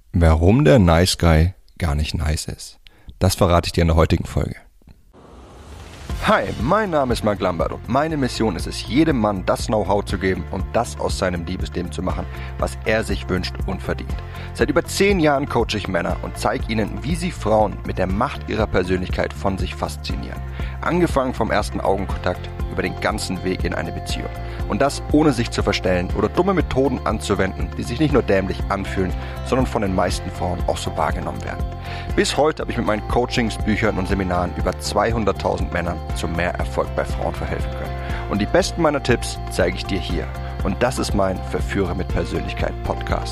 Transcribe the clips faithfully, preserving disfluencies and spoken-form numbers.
Warum der Nice Guy gar nicht nice ist, das verrate ich dir in der heutigen Folge. Hi, mein Name ist Marc Lambert und meine Mission ist es, jedem Mann das Know-how zu geben und das aus seinem Liebesleben zu machen, was er sich wünscht und verdient. Seit über zehn Jahren coache ich Männer und zeige ihnen, wie sie Frauen mit der Macht ihrer Persönlichkeit von sich faszinieren. Angefangen vom ersten Augenkontakt über den ganzen Weg in eine Beziehung. Und das ohne sich zu verstellen oder dumme Methoden anzuwenden, die sich nicht nur dämlich anfühlen, sondern von den meisten Frauen auch so wahrgenommen werden. Bis heute habe ich mit meinen Coachings, Büchern und Seminaren über zweihunderttausend Männern zu mehr Erfolg bei Frauen verhelfen können. Und die besten meiner Tipps zeige ich dir hier. Und das ist mein Verführer mit Persönlichkeit Podcast.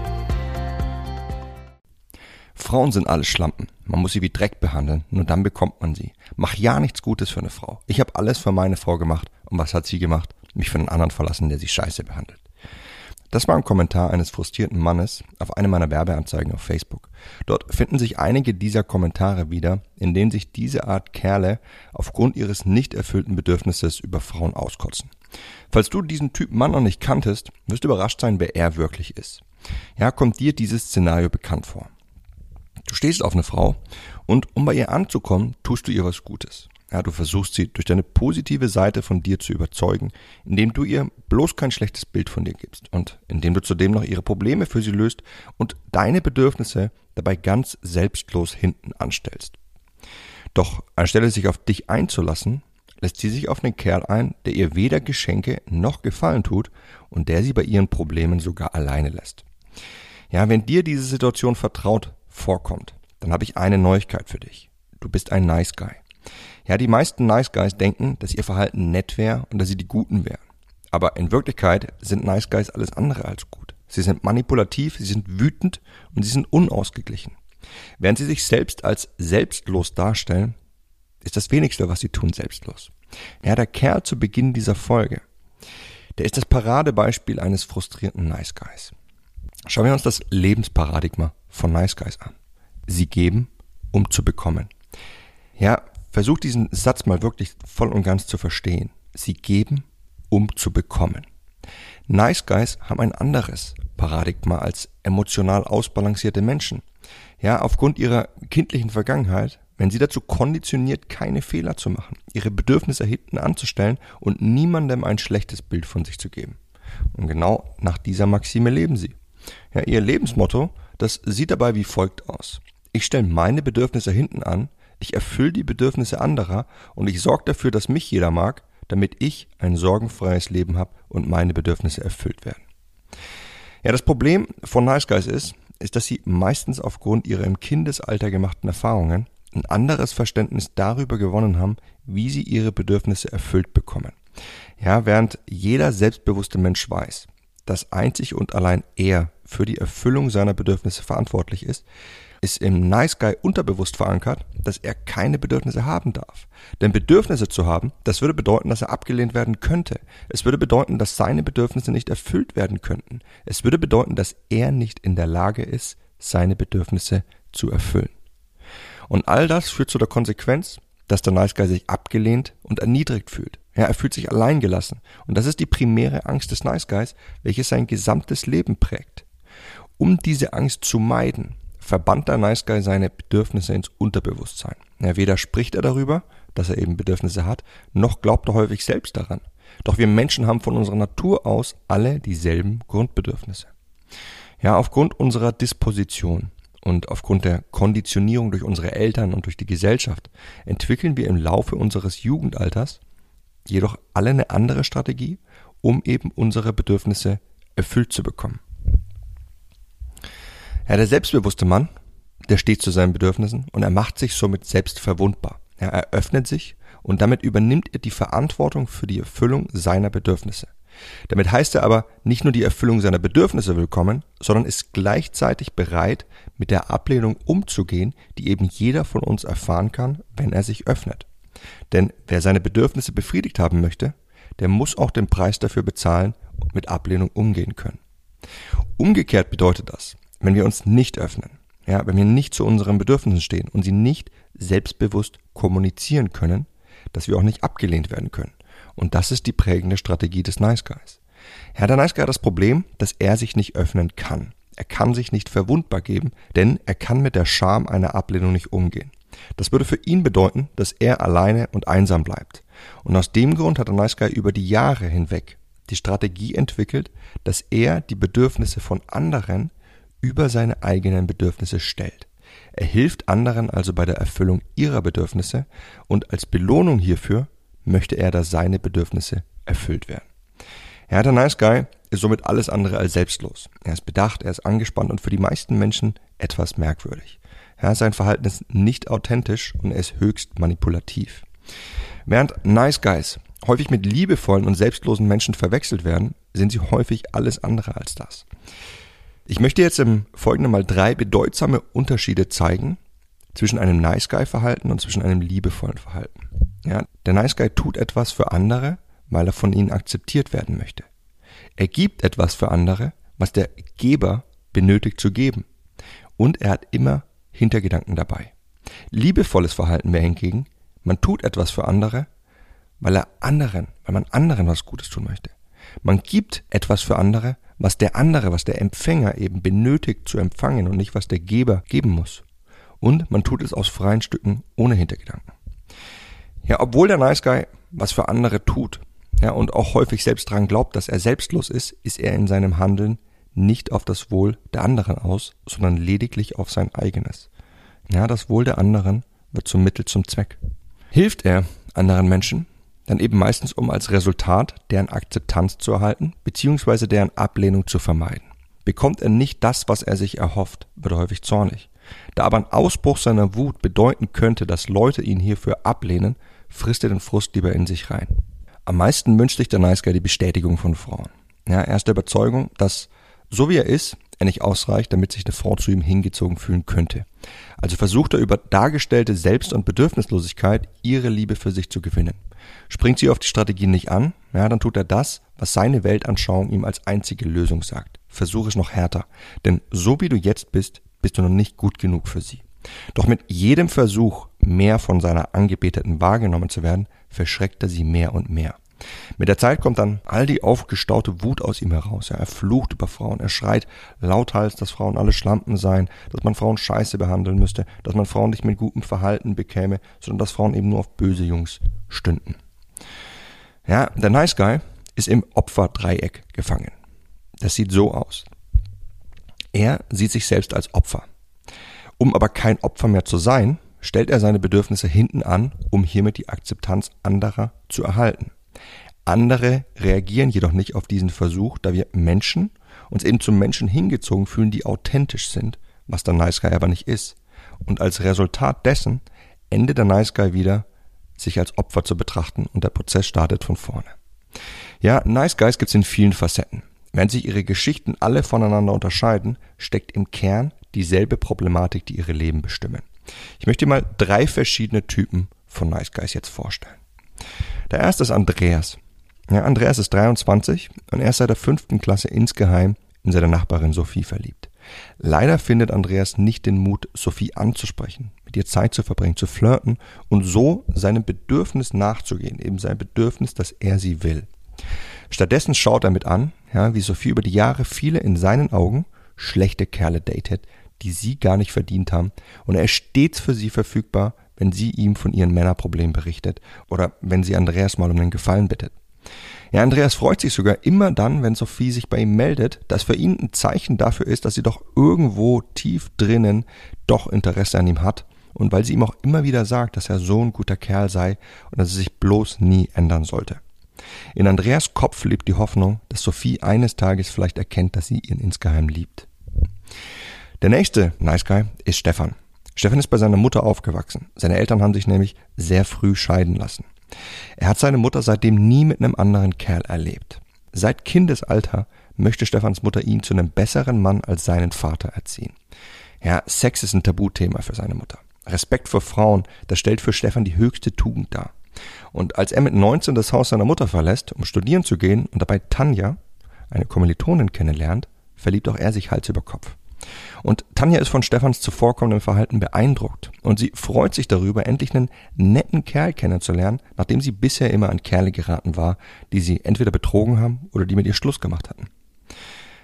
Frauen sind alles Schlampen. Man muss sie wie Dreck behandeln, nur dann bekommt man sie. Mach ja nichts Gutes für eine Frau. Ich habe alles für meine Frau gemacht. Und was hat sie gemacht? Mich für einen anderen verlassen, der sie scheiße behandelt. Das war ein Kommentar eines frustrierten Mannes auf eine meiner Werbeanzeigen auf Facebook. Dort finden sich einige dieser Kommentare wieder, in denen sich diese Art Kerle aufgrund ihres nicht erfüllten Bedürfnisses über Frauen auskotzen. Falls du diesen Typ Mann noch nicht kanntest, wirst du überrascht sein, wer er wirklich ist. Ja, kommt dir dieses Szenario bekannt vor? Du stehst auf eine Frau und um bei ihr anzukommen, tust du ihr was Gutes. Ja, du versuchst sie durch deine positive Seite von dir zu überzeugen, indem du ihr bloß kein schlechtes Bild von dir gibst und indem du zudem noch ihre Probleme für sie löst und deine Bedürfnisse dabei ganz selbstlos hinten anstellst. Doch anstelle sich auf dich einzulassen, lässt sie sich auf einen Kerl ein, der ihr weder Geschenke noch Gefallen tut und der sie bei ihren Problemen sogar alleine lässt. Ja, wenn dir diese Situation vertraut vorkommt, dann habe ich eine Neuigkeit für dich. Du bist ein Nice Guy. Ja, die meisten Nice Guys denken, dass ihr Verhalten nett wäre und dass sie die Guten wären. Aber in Wirklichkeit sind Nice Guys alles andere als gut. Sie sind manipulativ, sie sind wütend und sie sind unausgeglichen. Während sie sich selbst als selbstlos darstellen, ist das wenigste, was sie tun, selbstlos. Ja, der Kerl zu Beginn dieser Folge, der ist das Paradebeispiel eines frustrierten Nice Guys. Schauen wir uns das Lebensparadigma von Nice Guys an. Sie geben, um zu bekommen. Ja, versuch diesen Satz mal wirklich voll und ganz zu verstehen. Sie geben, um zu bekommen. Nice Guys haben ein anderes Paradigma als emotional ausbalancierte Menschen. Ja, aufgrund ihrer kindlichen Vergangenheit, wenn sie dazu konditioniert, keine Fehler zu machen, ihre Bedürfnisse hinten anzustellen und niemandem ein schlechtes Bild von sich zu geben. Und genau nach dieser Maxime leben sie. Ja, ihr Lebensmotto, das sieht dabei wie folgt aus. Ich stelle meine Bedürfnisse hinten an, ich erfülle die Bedürfnisse anderer und ich sorge dafür, dass mich jeder mag, damit ich ein sorgenfreies Leben habe und meine Bedürfnisse erfüllt werden. Ja, das Problem von Nice Guys ist, ist, dass sie meistens aufgrund ihrer im Kindesalter gemachten Erfahrungen ein anderes Verständnis darüber gewonnen haben, wie sie ihre Bedürfnisse erfüllt bekommen. Ja, während jeder selbstbewusste Mensch weiß, dass einzig und allein er für die Erfüllung seiner Bedürfnisse verantwortlich ist, ist im Nice Guy unterbewusst verankert, dass er keine Bedürfnisse haben darf. Denn Bedürfnisse zu haben, das würde bedeuten, dass er abgelehnt werden könnte. Es würde bedeuten, dass seine Bedürfnisse nicht erfüllt werden könnten. Es würde bedeuten, dass er nicht in der Lage ist, seine Bedürfnisse zu erfüllen. Und all das führt zu der Konsequenz, dass der Nice Guy sich abgelehnt und erniedrigt fühlt. Ja, er fühlt sich alleingelassen. Und das ist die primäre Angst des Nice Guys, welche sein gesamtes Leben prägt. Um diese Angst zu meiden, verbannt der Nice Guy seine Bedürfnisse ins Unterbewusstsein. Ja, weder spricht er darüber, dass er eben Bedürfnisse hat, noch glaubt er häufig selbst daran. Doch wir Menschen haben von unserer Natur aus alle dieselben Grundbedürfnisse. Ja, aufgrund unserer Disposition und aufgrund der Konditionierung durch unsere Eltern und durch die Gesellschaft entwickeln wir im Laufe unseres Jugendalters jedoch alle eine andere Strategie, um eben unsere Bedürfnisse erfüllt zu bekommen. Ja, der selbstbewusste Mann, der steht zu seinen Bedürfnissen und er macht sich somit selbst verwundbar. Ja, er öffnet sich und damit übernimmt er die Verantwortung für die Erfüllung seiner Bedürfnisse. Damit heißt er aber nicht nur die Erfüllung seiner Bedürfnisse willkommen, sondern ist gleichzeitig bereit, mit der Ablehnung umzugehen, die eben jeder von uns erfahren kann, wenn er sich öffnet. Denn wer seine Bedürfnisse befriedigt haben möchte, der muss auch den Preis dafür bezahlen und mit Ablehnung umgehen können. Umgekehrt bedeutet das, wenn wir uns nicht öffnen, ja, wenn wir nicht zu unseren Bedürfnissen stehen und sie nicht selbstbewusst kommunizieren können, dass wir auch nicht abgelehnt werden können. Und das ist die prägende Strategie des Nice Guys. Ja, der Nice Guy hat das Problem, dass er sich nicht öffnen kann. Er kann sich nicht verwundbar geben, denn er kann mit der Scham einer Ablehnung nicht umgehen. Das würde für ihn bedeuten, dass er alleine und einsam bleibt. Und aus dem Grund hat der Nice Guy über die Jahre hinweg die Strategie entwickelt, dass er die Bedürfnisse von anderen über seine eigenen Bedürfnisse stellt. Er hilft anderen also bei der Erfüllung ihrer Bedürfnisse und als Belohnung hierfür möchte er, dass seine Bedürfnisse erfüllt werden. Ja, der Nice Guy ist somit alles andere als selbstlos. Er ist bedacht, er ist angespannt und für die meisten Menschen etwas merkwürdig. Ja, sein Verhalten ist nicht authentisch und er ist höchst manipulativ. Während Nice Guys häufig mit liebevollen und selbstlosen Menschen verwechselt werden, sind sie häufig alles andere als das. Ich möchte jetzt im Folgenden mal drei bedeutsame Unterschiede zeigen zwischen einem Nice Guy Verhalten und zwischen einem liebevollen Verhalten. Ja, der Nice Guy tut etwas für andere, weil er von ihnen akzeptiert werden möchte. Er gibt etwas für andere, was der Geber benötigt zu geben. Und er hat immer Hintergedanken dabei. Liebevolles Verhalten wäre hingegen, man tut etwas für andere, weil er anderen, weil man anderen was Gutes tun möchte. Man gibt etwas für andere, was der andere, was der Empfänger eben benötigt zu empfangen und nicht was der Geber geben muss. Und man tut es aus freien Stücken ohne Hintergedanken. Ja, obwohl der Nice Guy was für andere tut, ja, und auch häufig selbst daran glaubt, dass er selbstlos ist, ist er in seinem Handeln nicht auf das Wohl der anderen aus, sondern lediglich auf sein eigenes. Ja, das Wohl der anderen wird zum Mittel zum Zweck. Hilft er anderen Menschen, dann eben meistens, um als Resultat deren Akzeptanz zu erhalten, beziehungsweise deren Ablehnung zu vermeiden. Bekommt er nicht das, was er sich erhofft, wird er häufig zornig. Da aber ein Ausbruch seiner Wut bedeuten könnte, dass Leute ihn hierfür ablehnen, frisst er den Frust lieber in sich rein. Am meisten wünscht sich der Nice Guy die Bestätigung von Frauen. Ja, er ist der Überzeugung, dass so wie er ist, er nicht ausreicht, damit sich eine Frau zu ihm hingezogen fühlen könnte. Also versucht er über dargestellte Selbst- und Bedürfnislosigkeit ihre Liebe für sich zu gewinnen. Springt sie auf die Strategie nicht an, ja, dann tut er das, was seine Weltanschauung ihm als einzige Lösung sagt. Versuch es noch härter, denn so wie du jetzt bist, bist du noch nicht gut genug für sie. Doch mit jedem Versuch, mehr von seiner Angebeteten wahrgenommen zu werden, verschreckt er sie mehr und mehr. Mit der Zeit kommt dann all die aufgestaute Wut aus ihm heraus. Er flucht über Frauen, er schreit lauthals, dass Frauen alle Schlampen seien, dass man Frauen scheiße behandeln müsste, dass man Frauen nicht mit gutem Verhalten bekäme, sondern dass Frauen eben nur auf böse Jungs stünden. Ja, der Nice Guy ist im Opferdreieck gefangen. Das sieht so aus. Er sieht sich selbst als Opfer. Um aber kein Opfer mehr zu sein, stellt er seine Bedürfnisse hinten an, um hiermit die Akzeptanz anderer zu erhalten. Andere reagieren jedoch nicht auf diesen Versuch, da wir Menschen uns eben zu Menschen hingezogen fühlen, die authentisch sind, was der Nice Guy aber nicht ist. Und als Resultat dessen endet der Nice Guy wieder, sich als Opfer zu betrachten und der Prozess startet von vorne. Ja, Nice Guys gibt es in vielen Facetten. Während sich ihre Geschichten alle voneinander unterscheiden, steckt im Kern dieselbe Problematik, die ihre Leben bestimmen. Ich möchte dir mal drei verschiedene Typen von Nice Guys jetzt vorstellen. Der erste ist Andreas. Ja, Andreas ist dreiundzwanzig und er ist seit der fünften Klasse insgeheim in seine Nachbarin Sophie verliebt. Leider findet Andreas nicht den Mut, Sophie anzusprechen, mit ihr Zeit zu verbringen, zu flirten und so seinem Bedürfnis nachzugehen, eben sein Bedürfnis, dass er sie will. Stattdessen schaut er mit an, ja, wie Sophie über die Jahre viele in seinen Augen schlechte Kerle datet, die sie gar nicht verdient haben, und er ist stets für sie verfügbar, wenn sie ihm von ihren Männerproblemen berichtet oder wenn sie Andreas mal um einen Gefallen bittet. Ja, Andreas freut sich sogar immer dann, wenn Sophie sich bei ihm meldet, dass für ihn ein Zeichen dafür ist, dass sie doch irgendwo tief drinnen doch Interesse an ihm hat und weil sie ihm auch immer wieder sagt, dass er so ein guter Kerl sei und dass er sich bloß nie ändern sollte. In Andreas Kopf lebt die Hoffnung, dass Sophie eines Tages vielleicht erkennt, dass sie ihn insgeheim liebt. Der nächste Nice Guy ist Stefan. Stefan ist bei seiner Mutter aufgewachsen. Seine Eltern haben sich nämlich sehr früh scheiden lassen. Er hat seine Mutter seitdem nie mit einem anderen Kerl erlebt. Seit Kindesalter möchte Stefans Mutter ihn zu einem besseren Mann als seinen Vater erziehen. Ja, Sex ist ein Tabuthema für seine Mutter. Respekt vor Frauen, das stellt für Stefan die höchste Tugend dar. Und als er mit neunzehn das Haus seiner Mutter verlässt, um studieren zu gehen und dabei Tanja, eine Kommilitonin, kennenlernt, verliebt auch er sich Hals über Kopf. Und Tanja ist von Stefans zuvorkommendem Verhalten beeindruckt und sie freut sich darüber, endlich einen netten Kerl kennenzulernen, nachdem sie bisher immer an Kerle geraten war, die sie entweder betrogen haben oder die mit ihr Schluss gemacht hatten.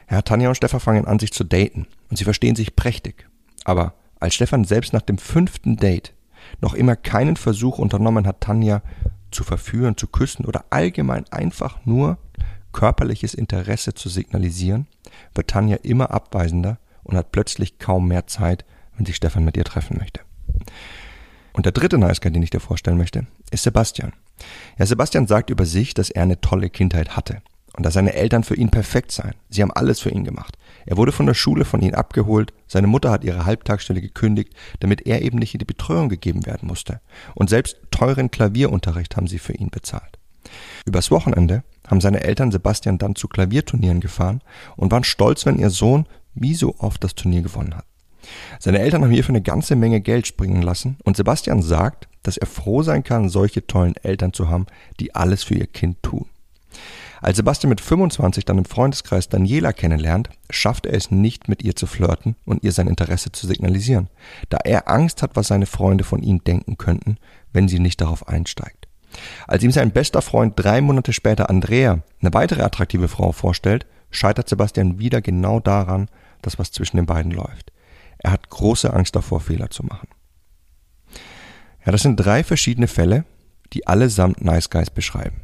Ja, Tanja und Stefan fangen an, sich zu daten und sie verstehen sich prächtig. Aber als Stefan selbst nach dem fünften Date noch immer keinen Versuch unternommen hat, Tanja zu verführen, zu küssen oder allgemein einfach nur körperliches Interesse zu signalisieren, wird Tanja immer abweisender und hat plötzlich kaum mehr Zeit, wenn sich Stefan mit ihr treffen möchte. Und der dritte Nice Guy, den ich dir vorstellen möchte, ist Sebastian. Ja, Sebastian sagt über sich, dass er eine tolle Kindheit hatte und dass seine Eltern für ihn perfekt seien. Sie haben alles für ihn gemacht. Er wurde von der Schule von ihnen abgeholt, seine Mutter hat ihre Halbtagsstelle gekündigt, damit er eben nicht in die Betreuung gegeben werden musste. Und selbst teuren Klavierunterricht haben sie für ihn bezahlt. Übers Wochenende haben seine Eltern Sebastian dann zu Klavierturnieren gefahren und waren stolz, wenn ihr Sohn wie so oft das Turnier gewonnen hat. Seine Eltern haben hierfür eine ganze Menge Geld springen lassen und Sebastian sagt, dass er froh sein kann, solche tollen Eltern zu haben, die alles für ihr Kind tun. Als Sebastian mit fünfundzwanzig dann im Freundeskreis Daniela kennenlernt, schafft er es nicht, mit ihr zu flirten und ihr sein Interesse zu signalisieren, da er Angst hat, was seine Freunde von ihm denken könnten, wenn sie nicht darauf einsteigt. Als ihm sein bester Freund drei Monate später Andrea, eine weitere attraktive Frau, vorstellt, scheitert Sebastian wieder genau daran, dass was zwischen den beiden läuft. Er hat große Angst davor, Fehler zu machen. Ja, das sind drei verschiedene Fälle, die allesamt Nice Guys beschreiben.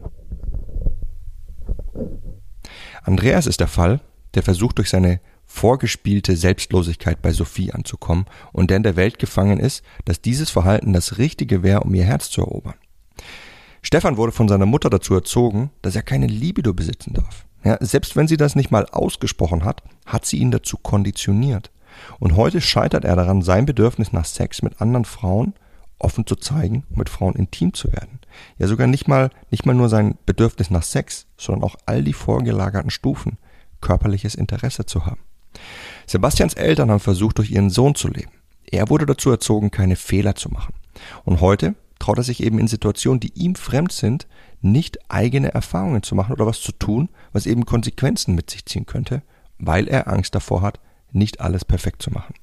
Andreas ist der Fall, der versucht, durch seine vorgespielte Selbstlosigkeit bei Sophie anzukommen und der in der Welt gefangen ist, dass dieses Verhalten das Richtige wäre, um ihr Herz zu erobern. Stefan wurde von seiner Mutter dazu erzogen, dass er keine Libido besitzen darf. Ja, selbst wenn sie das nicht mal ausgesprochen hat, hat sie ihn dazu konditioniert. Und heute scheitert er daran, sein Bedürfnis nach Sex mit anderen Frauen offen zu zeigen und mit Frauen intim zu werden. Ja, sogar nicht mal, nicht mal nur sein Bedürfnis nach Sex, sondern auch all die vorgelagerten Stufen, körperliches Interesse zu haben. Sebastians Eltern haben versucht, durch ihren Sohn zu leben. Er wurde dazu erzogen, keine Fehler zu machen. Und heute traut er sich eben in Situationen, die ihm fremd sind, nicht eigene Erfahrungen zu machen oder was zu tun, was eben Konsequenzen mit sich ziehen könnte, weil er Angst davor hat, nicht alles perfekt zu machen.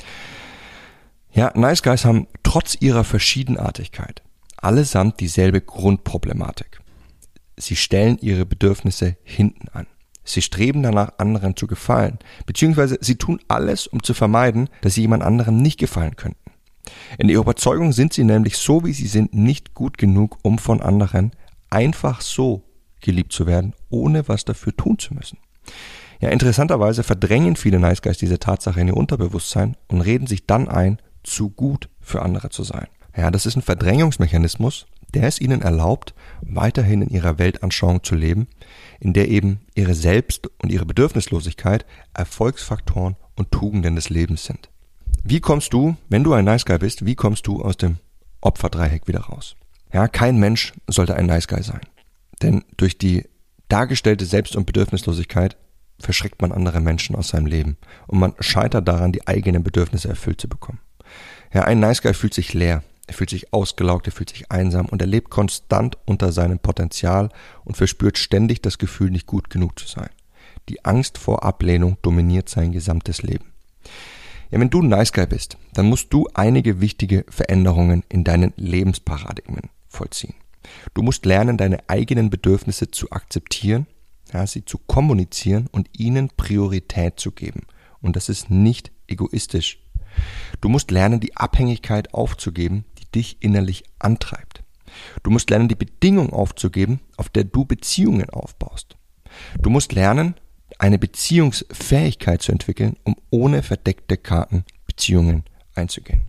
Ja, Nice Guys haben trotz ihrer Verschiedenartigkeit allesamt dieselbe Grundproblematik. Sie stellen ihre Bedürfnisse hinten an. Sie streben danach, anderen zu gefallen, beziehungsweise sie tun alles, um zu vermeiden, dass sie jemand anderem nicht gefallen könnten. In ihrer Überzeugung sind sie nämlich so, wie sie sind, nicht gut genug, um von anderen einfach so geliebt zu werden, ohne was dafür tun zu müssen. Ja, interessanterweise verdrängen viele Nice Guys diese Tatsache in ihr Unterbewusstsein und reden sich dann ein, zu gut für andere zu sein. Ja, das ist ein Verdrängungsmechanismus, der es ihnen erlaubt, weiterhin in ihrer Weltanschauung zu leben, in der eben ihre Selbst- und ihre Bedürfnislosigkeit Erfolgsfaktoren und Tugenden des Lebens sind. Wie kommst du, wenn du ein Nice Guy bist, wie kommst du aus dem Opferdreieck wieder raus? Ja, kein Mensch sollte ein Nice Guy sein. Denn durch die dargestellte Selbst- und Bedürfnislosigkeit verschreckt man andere Menschen aus seinem Leben und man scheitert daran, die eigenen Bedürfnisse erfüllt zu bekommen. Ja, ein Nice Guy fühlt sich leer, er fühlt sich ausgelaugt, er fühlt sich einsam und er lebt konstant unter seinem Potenzial und verspürt ständig das Gefühl, nicht gut genug zu sein. Die Angst vor Ablehnung dominiert sein gesamtes Leben. Ja, wenn du ein Nice Guy bist, dann musst du einige wichtige Veränderungen in deinen Lebensparadigmen vollziehen. Du musst lernen, deine eigenen Bedürfnisse zu akzeptieren, ja, sie zu kommunizieren und ihnen Priorität zu geben. Und das ist nicht egoistisch. Du musst lernen, die Abhängigkeit aufzugeben, die dich innerlich antreibt. Du musst lernen, die Bedingung aufzugeben, auf der du Beziehungen aufbaust. Du musst lernen, eine Beziehungsfähigkeit zu entwickeln, um ohne verdeckte Karten Beziehungen einzugehen.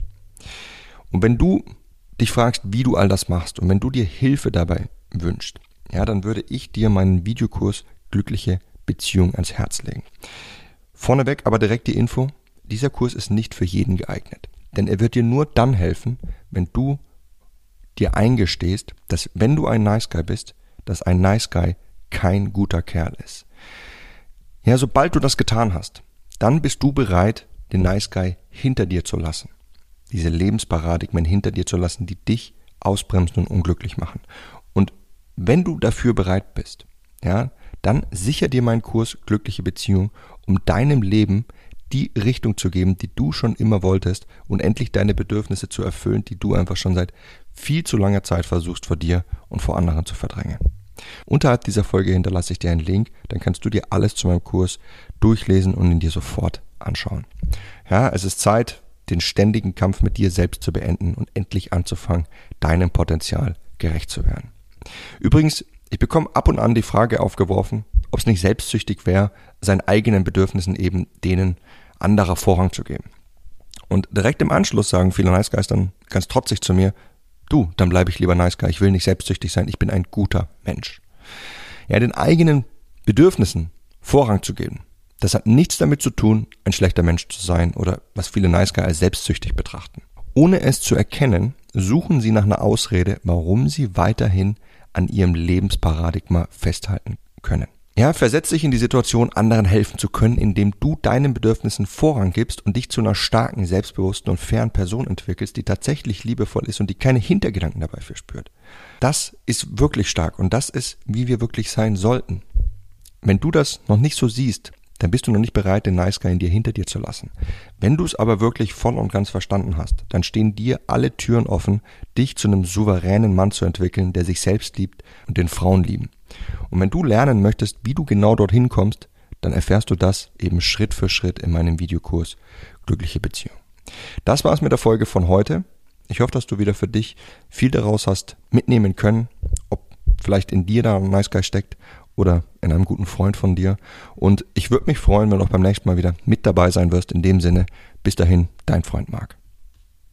Und wenn du dich fragst, wie du all das machst und wenn du dir Hilfe dabei wünschst, ja, dann würde ich dir meinen Videokurs Glückliche Beziehung ans Herz legen. Vorneweg aber direkt die Info, dieser Kurs ist nicht für jeden geeignet, denn er wird dir nur dann helfen, wenn du dir eingestehst, dass wenn du ein Nice Guy bist, dass ein Nice Guy kein guter Kerl ist. Ja, sobald du das getan hast, dann bist du bereit, den Nice Guy hinter dir zu lassen. Diese Lebensparadigmen hinter dir zu lassen, die dich ausbremsen und unglücklich machen. Und wenn du dafür bereit bist, ja, dann sicher dir meinen Kurs Glückliche Beziehung, um deinem Leben die Richtung zu geben, die du schon immer wolltest und endlich deine Bedürfnisse zu erfüllen, die du einfach schon seit viel zu langer Zeit versuchst vor dir und vor anderen zu verdrängen. Unterhalb dieser Folge hinterlasse ich dir einen Link, dann kannst du dir alles zu meinem Kurs durchlesen und ihn dir sofort anschauen. Ja, es ist Zeit, den ständigen Kampf mit dir selbst zu beenden und endlich anzufangen, deinem Potenzial gerecht zu werden. Übrigens, ich bekomme ab und an die Frage aufgeworfen, ob es nicht selbstsüchtig wäre, seinen eigenen Bedürfnissen eben denen anderer Vorrang zu geben. Und direkt im Anschluss sagen viele Nice Guys dann ganz trotzig zu mir, du, dann bleibe ich lieber Nice Guy, ich will nicht selbstsüchtig sein, ich bin ein guter Mensch. Ja, den eigenen Bedürfnissen Vorrang zu geben, das hat nichts damit zu tun, ein schlechter Mensch zu sein oder was viele Nice Guy als selbstsüchtig betrachten. Ohne es zu erkennen, suchen sie nach einer Ausrede, warum sie weiterhin an ihrem Lebensparadigma festhalten können. Ja, versetz dich in die Situation, anderen helfen zu können, indem du deinen Bedürfnissen Vorrang gibst und dich zu einer starken, selbstbewussten und fairen Person entwickelst, die tatsächlich liebevoll ist und die keine Hintergedanken dabei verspürt. Das ist wirklich stark und das ist, wie wir wirklich sein sollten. Wenn du das noch nicht so siehst, dann bist du noch nicht bereit, den Nice Guy in dir hinter dir zu lassen. Wenn du es aber wirklich voll und ganz verstanden hast, dann stehen dir alle Türen offen, dich zu einem souveränen Mann zu entwickeln, der sich selbst liebt und den Frauen lieben. Und wenn du lernen möchtest, wie du genau dorthin kommst, dann erfährst du das eben Schritt für Schritt in meinem Videokurs Glückliche Beziehung. Das war's mit der Folge von heute. Ich hoffe, dass du wieder für dich viel daraus hast mitnehmen können, ob vielleicht in dir da ein Nice Guy steckt oder in einem guten Freund von dir. Und ich würde mich freuen, wenn du auch beim nächsten Mal wieder mit dabei sein wirst. In dem Sinne, bis dahin, dein Freund Marc.